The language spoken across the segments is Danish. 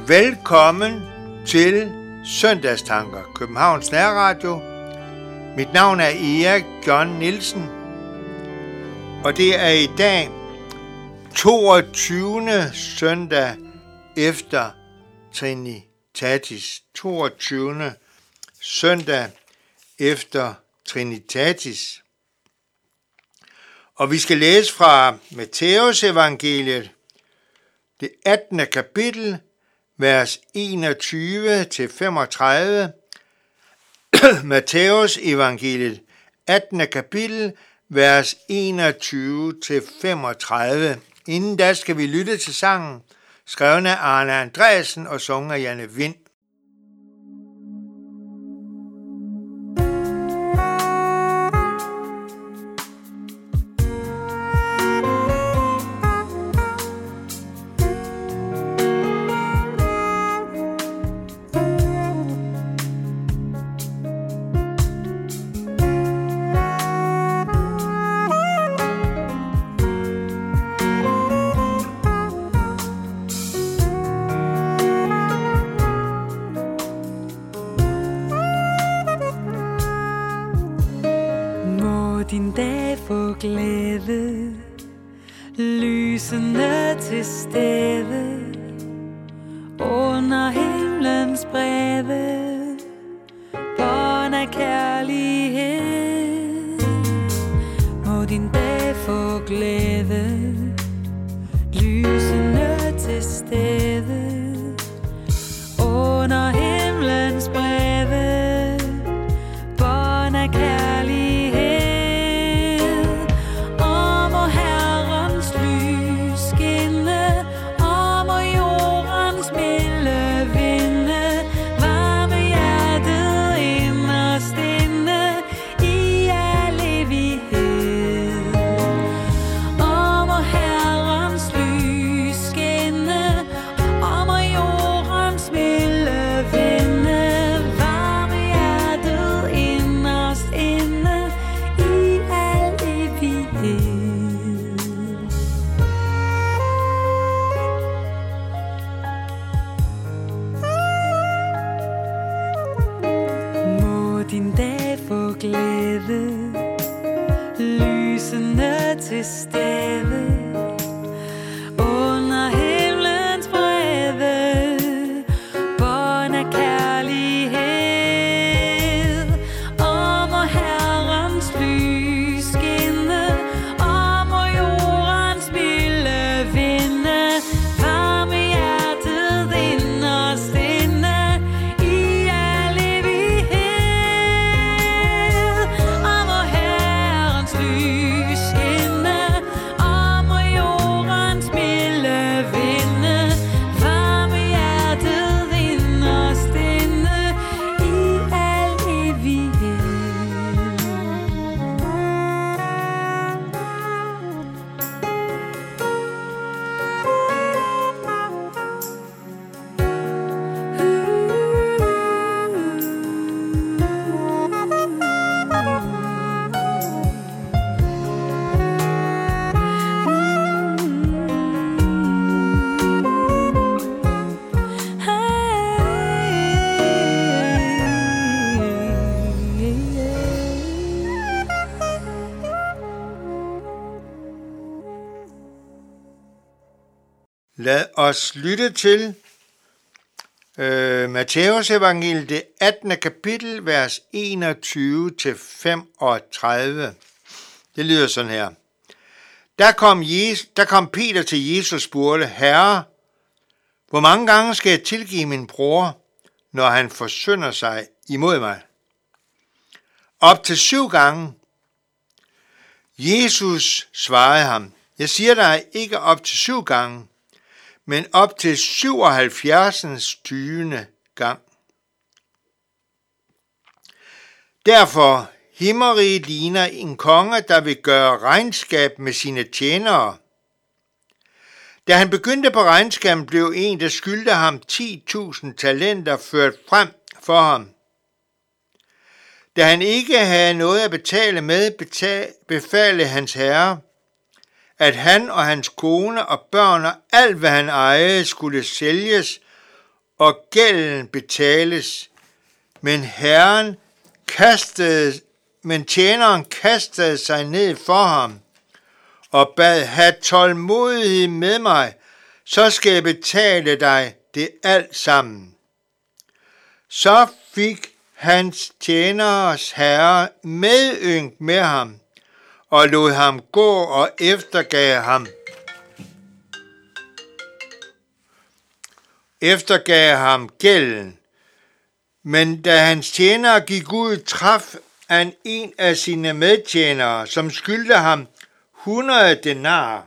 Velkommen til Søndagstanker, Københavns Nærradio. Mit navn er Erik John Nielsen, og det er i dag 22. søndag efter Trinitatis. 22. søndag efter Trinitatis. Og vi skal læse fra Matthæus evangeliet, det 18. kapitel, vers 21-35. Matthæus evangeliet, 18. kapitel, vers 21-35. Inden da skal vi lytte til sangen, skrevet af Arne Andreasen og sunget af Janne Vind. Din dag få glæde, lysende til stede, under himlens brede, bånd af kærlighed. Må din dag få glæde, lysende til stede, under himlens brede, bånd af kærlighed. Din dag få glæde, lysende til stede, under himlens brede, bånd af kærlighed. Og må Herrens lys skinne, og må jordens milde vinde, varme hjertet inderst inde i al evighed. Lad os lytte til Matthæus evangeliet, det 18. kapitel, vers 21-35. Det lyder sådan her. Der kom Peter til Jesus og spurgte, Herre, hvor mange gange skal jeg tilgive min bror, når han forsynder sig imod mig? Op til 7 gange. Jesus svarede ham, jeg siger dig ikke op til 7 gange, men op til 77. 20. gang. Derfor himmeriget ligner en konge, der vil gøre regnskab med sine tjenere. Da han begyndte på regnskabet, blev en, der skyldte ham 10.000 talenter, ført frem for ham. Da han ikke havde noget at betale med, befalede hans herre, at han og hans kone og børn og alt, hvad han ejede, skulle sælges og gælden betales. Men tjeneren kastede sig ned for ham og bad: have tålmodighed med mig, så skal jeg betale dig det alt sammen. Så fik hans tjeneres herre medynk med ham og lod ham gå og eftergav ham gælden. Men da hans tjenere gik ud, traf han en af sine medtjenere, som skyldte ham 100 denarer.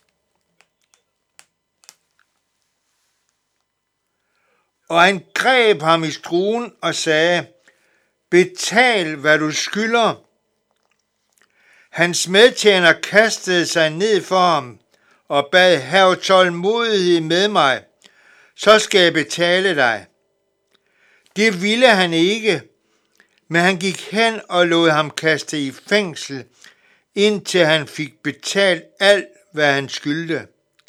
Og han greb ham i skruen og sagde: betal, hvad du skylder. Hans medtjener kastede sig ned for ham og bad: have tålmodighed med mig, så skal jeg betale dig. Det ville han ikke, men han gik hen og lod ham kaste i fængsel, indtil han fik betalt alt, hvad han skyldte.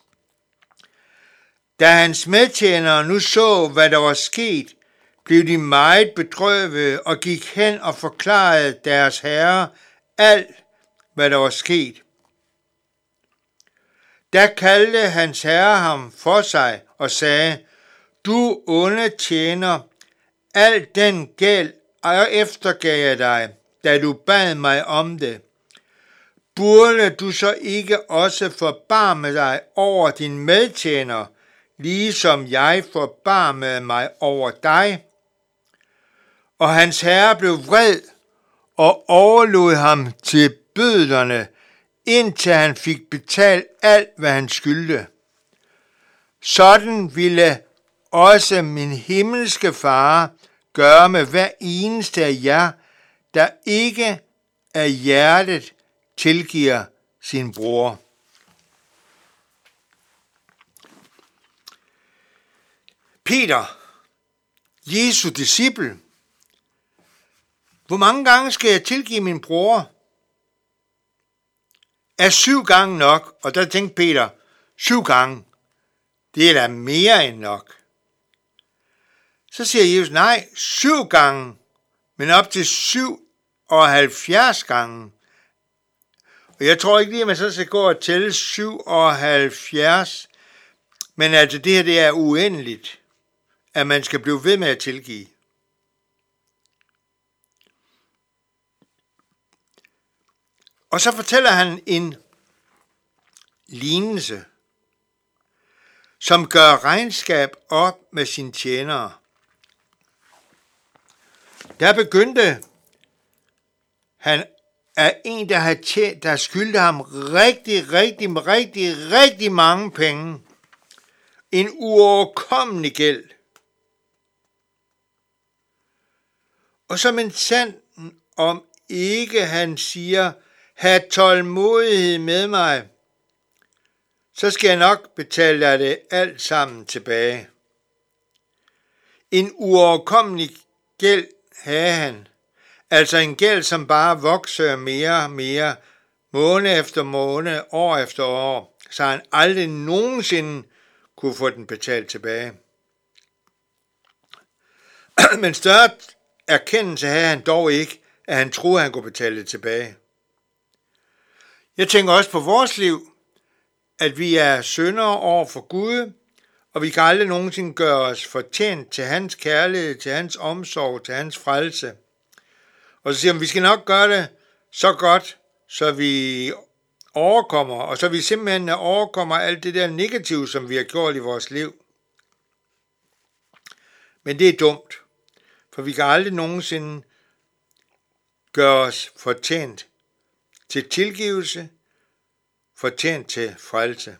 Da hans medtjenere nu så, hvad der var sket, blev de meget bedrøvede og gik hen og forklarede deres herre alt, hvad der var sket. Da kaldte hans herre ham for sig og sagde: du onde tjener, al den gæld eftergav jeg dig, da du bad mig om det. Burde du så ikke også forbarme dig over din medtjener, ligesom jeg forbarmede mig over dig? Og hans herre blev vred og overlod ham til bødlerne, indtil han fik betalt alt, hvad han skyldte. Sådan ville også min himmelske far gøre med hver eneste af jer, der ikke af hjertet tilgiver sin bror. Peter, Jesu disciple: hvor mange gange skal jeg tilgive min bror? Er 7 gange nok? Og der tænkte Peter: 7 gange, det er da mere end nok. Så siger Jesus: nej, 7 gange, men op til 77 gange. Og jeg tror ikke lige, at man så skal gå og tælle 77, men altså det her, det er uendeligt, at man skal blive ved med at tilgive. Og så fortæller han en lignelse, som gør regnskab op med sine tjenere. Der begyndte han af en, der skyldte ham rigtig mange penge. En uoverkommelig gæld. Og som en sand, om ikke han siger: have tålmodighed med mig, så skal jeg nok betale dig det alt sammen tilbage. En uoverkommelig gæld havde han. Altså en gæld, som bare vokser mere og mere, måned efter måned, år efter år, så han aldrig nogensinde kunne få den betalt tilbage. Men større erkendelse havde han dog ikke, at han troede, han kunne betale det tilbage. Jeg tænker også på vores liv, at vi er syndere over for Gud, og vi kan aldrig nogensinde gøre os fortjent til hans kærlighed, til hans omsorg, til hans frelse. Og så siger han, vi skal nok gøre det så godt, så vi overkommer, og så vi simpelthen overkommer alt det der negative, som vi har gjort i vores liv. Men det er dumt, for vi kan aldrig nogensinde gøre os fortjent til tilgivelse, fortjent til frelse.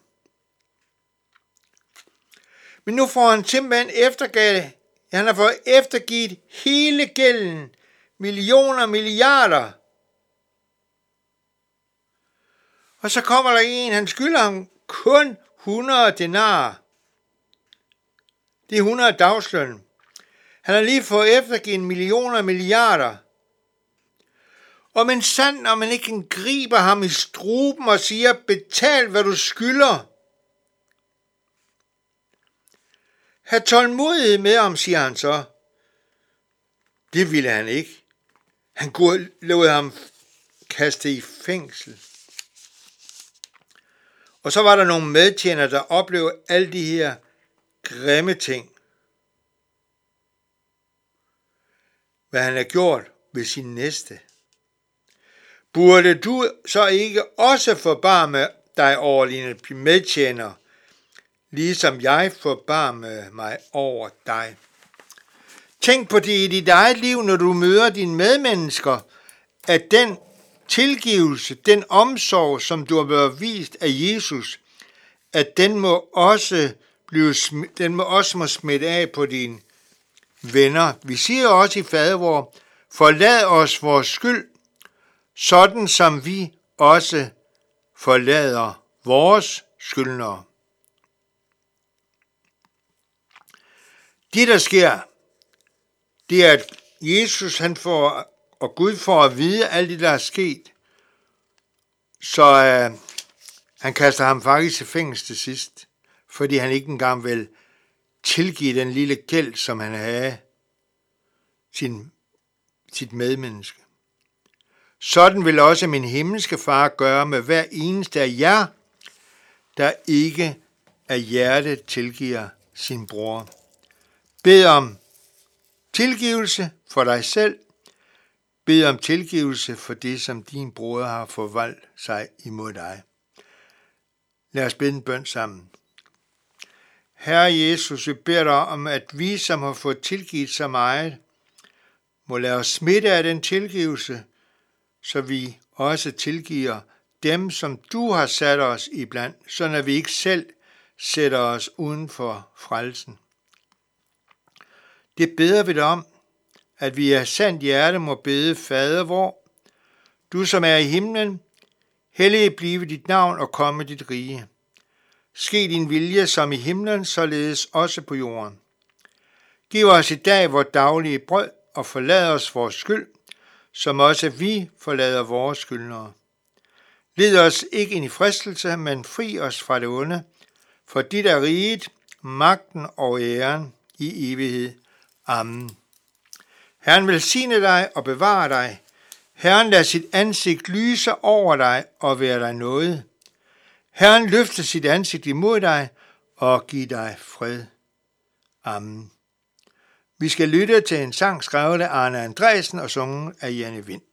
Men nu får han simpelthen eftergivet, han har fået eftergivet hele gælden, millioner, milliarder. Og så kommer der en, han skylder ham kun 100 denarer. Det er 100 dagsløn. Han har lige fået eftergivet millioner og milliarder. Og men sandt, når man ikke griber ham i struben og siger, betal hvad du skylder. have tålmodighed med ham, siger han så. Det ville han ikke. Han lod ham kaste i fængsel. Og så var der nogle medtjenere, der oplevede alle de her grimme ting. Hvad han har gjort ved sin næste. Burde du så ikke også forbarme dig over dine medtjenere, ligesom jeg forbarme mig over dig? Tænk på det i dit eget liv, når du møder dine medmennesker, at den tilgivelse, den omsorg, som du har været vist af Jesus, at den må også må smitte af på dine venner. Vi siger også i fadervor, forlad os vores skyld, sådan som vi også forlader vores skyldnere. Det, der sker, det er, at Jesus og Gud får at vide alt det, der er sket, så han kaster ham faktisk i fængsel til sidst, fordi han ikke engang vil tilgive den lille gæld, som han havde sit medmenneske. Sådan vil også min himmelske far gøre med hver eneste af jer, der ikke af hjertet tilgiver sin bror. Bed om tilgivelse for dig selv. Bed om tilgivelse for det, som din bror har forvoldt sig imod dig. Lad os bede en bøn sammen. Herre Jesus, vi beder dig om, at vi, som har fået tilgivet så meget, må lade os smitte af den tilgivelse, så vi også tilgiver dem, som du har sat os iblandt, så at vi ikke selv sætter os uden for frelsen. Det beder vi dig om, at vi af sandt hjerte må bede, Fader vor, du som er i himlen, hellige blive dit navn og komme dit rige. Ske din vilje som i himlen, således også på jorden. Giv os i dag vores daglige brød, og forlad os vores skyld, som også vi forlader vores skyldnere. Led os ikke ind i fristelse, men fri os fra det onde, for dit er riget, magten og æren i evighed. Amen. Herren velsigne dig og bevare dig. Herren lader sit ansigt lyse over dig og være dig nåde. Herren løfter sit ansigt imod dig og giver dig fred. Amen. Vi skal lytte til en sang skrevet af Arne Andresen og sunget af Janne Vind.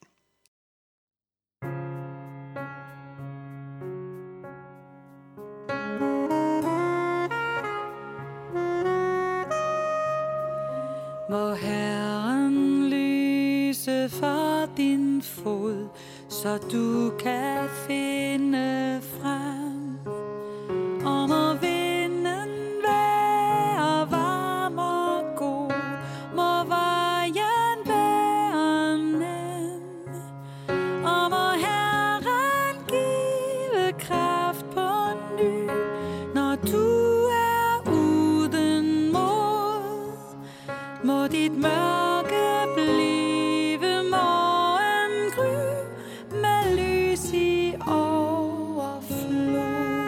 Må Herren lyse for din fod, så du kan finde frem. Og må vinden være varm og god, må vejen være nem. Og må Herren give kraft på ny, når du er uden mod. Må dit mørke blive morgengry med lys i overflod.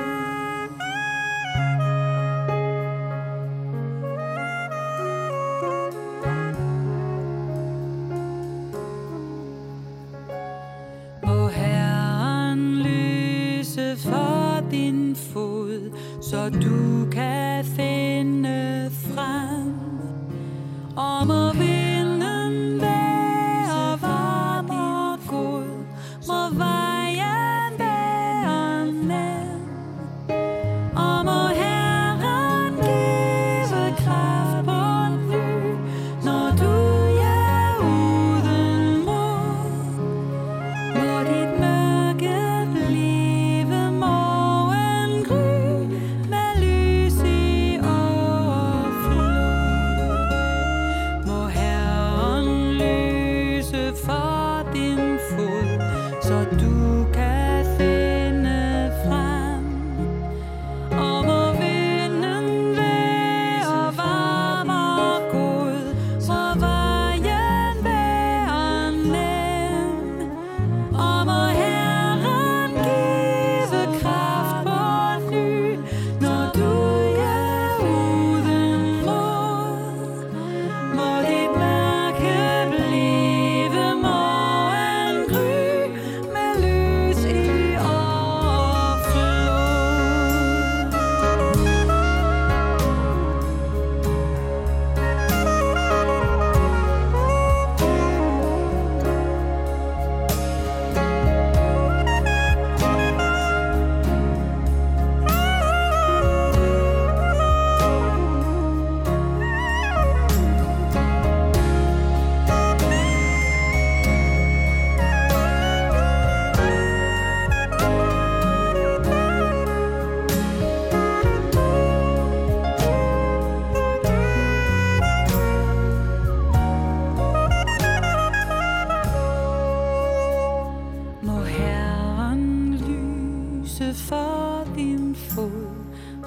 Må Herren lyse for din fod, så du kan finde frem. Og må vinden være varm og god, må vejen være nem. Og må Herren give kraft på ny, når du er uden mod. Må dit mørke blive morgengry med lys i overflod. Må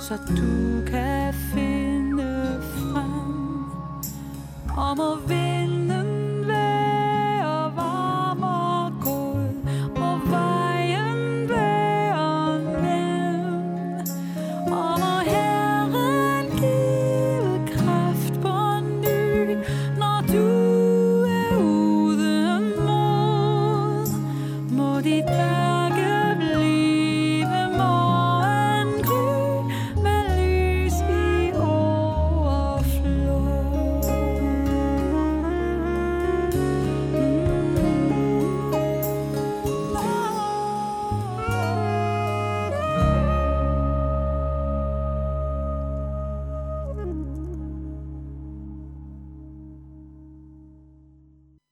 så du kan finde frem og må vinde.